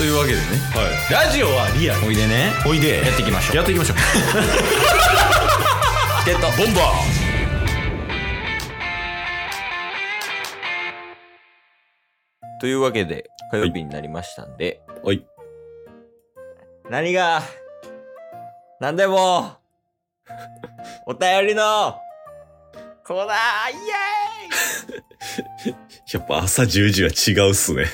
というわけでね、 ラジオはリアル。 おいでね、 おいで。 やっていきましょう。 やっていきましょう。 チケットボンバー。というわけで火曜日になりましたんで、 はい。 何でもお便りのコーナー、イエーイ。 やっぱ朝10時は違うっすね。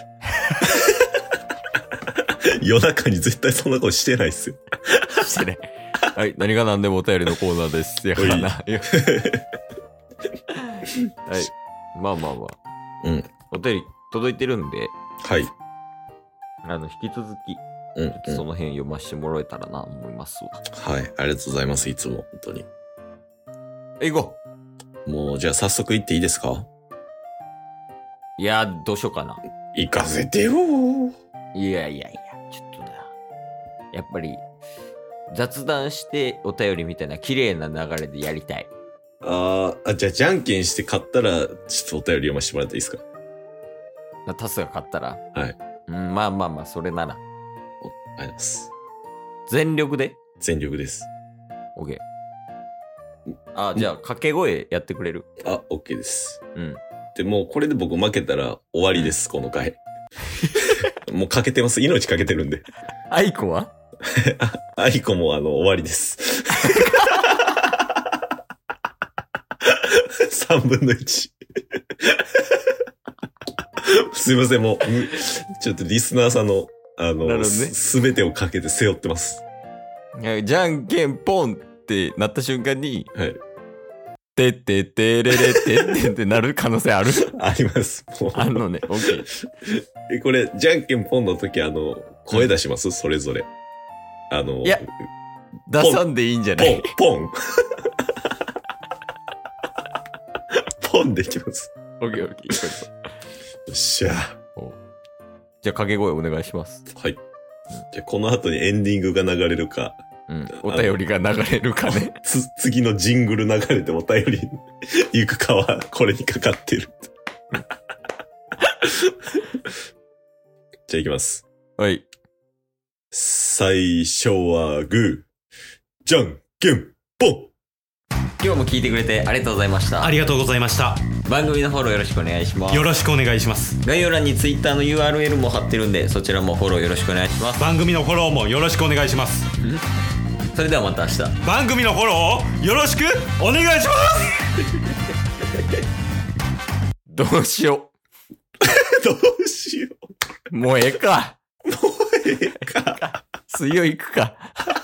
夜中に絶対そんなことしてないっすよ。 してね。はい、何が何でもお便りのコーナーです。やからな。はい。まあ。 うん。 お便り届いてるんで、 はい。 引き続き、その辺読ませてもらえたらな、思いますわ。 はい。ありがとうございます。いつも、本当に。 行こもう、じゃあ早速行っていいですか？ う。いや、どうしようかな。 行かせてよいや、ちょっとな。やっぱり、雑談してお便りみたいな綺麗な流れでやりたい。 じゃあじゃんけんして勝ったら、ちょっとお便り読ませてもらっていいですか？ タスが勝ったら。 はい。 まあ、それなら。 ありがとうございます。 全力で全力です。 OK。じゃあ、掛け声やってくれる OK です。 うん。 で、もうこれで僕負けたら終わりです、この回。もうかけてます。命かけてるんで。 アイコはアイコも終わりです。3分の1。すいません、もう、ちょっとリスナーさんの、すべてをかけて背負ってます。 じゃんけんポンってなった瞬間に、 はい。 てってってれれってってってなる可能性あるあります。もうあんのね、オッケー。 これ、じゃんけんポンの時、声出します、それぞれ。 いや、出さんでいいんじゃないポン。ポンできます。 オッケー。 よっしゃ。 じゃあ、掛け声お願いします。 はい。じゃあ、この後にエンディングが流れるか。 お便りが流れるかね。 次のジングル流れてお便り行くかは、これにかかってる。じゃあ行きます。 はい。 最初はグー。じゃんけんぽん。 今日も聞いてくれてありがとうございました。 ありがとうございました。 番組のフォローよろしくお願いします。 よろしくお願いします。 概要欄に Twitter の URL も貼ってるんで、そちらもフォローよろしくお願いします。 番組のフォローもよろしくお願いします。 それではまた明日。 番組のフォローをよろしくお願いします。 どうしよどうしよう。もうええか。 う。もうええか。 水曜行くか。